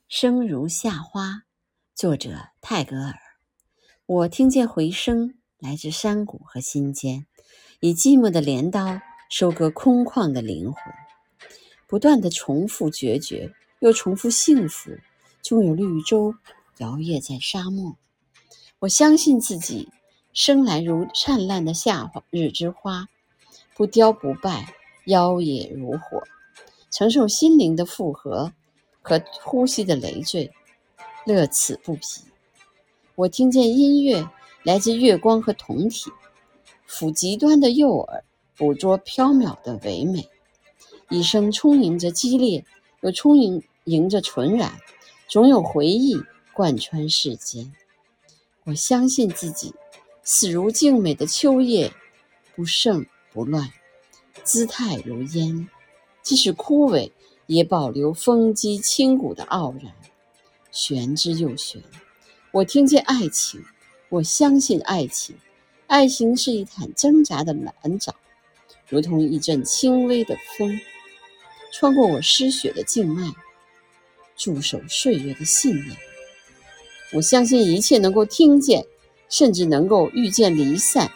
生如夏花，作者泰戈尔。我听见回声来自山谷和心间，以寂寞的镰刀收割空旷的灵魂，不断地重复决绝，又重复幸福，终有绿洲摇曳在沙漠。我相信自己生来如灿烂的夏日之花，不凋不败，妖冶如火，承受心灵的负荷和呼吸的累赘，乐此不疲。我听见音乐来自月光和酮体，抚极端的诱饵，捕捉缥缈的唯美。一生充盈着激烈，又充盈着纯然，总有回忆贯穿世间。我相信自己死如静美的秋叶，不盛不乱，姿态如烟，即使枯萎也保留风肌清骨的傲然，玄之又玄。我听见爱情，我相信爱情，爱情是一毯挣扎的蓝藻，如同一阵轻微的风，穿过我失血的静脉，驻守岁月的信念。我相信一切能够听见，甚至能够遇见离散，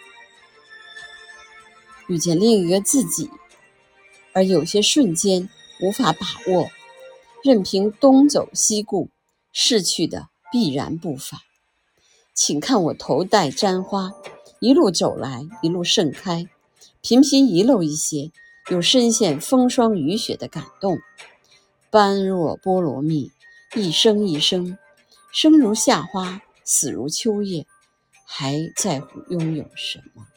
遇见另一个自己，而有些瞬间无法把握，任凭东走西顾，逝去的必然步伐。请看我头戴簪花，一路走来，一路盛开，频频遗漏一些，又深陷风霜雨雪的感动。般若波罗蜜，一生一生，生如夏花，死如秋叶，还在乎拥有什么？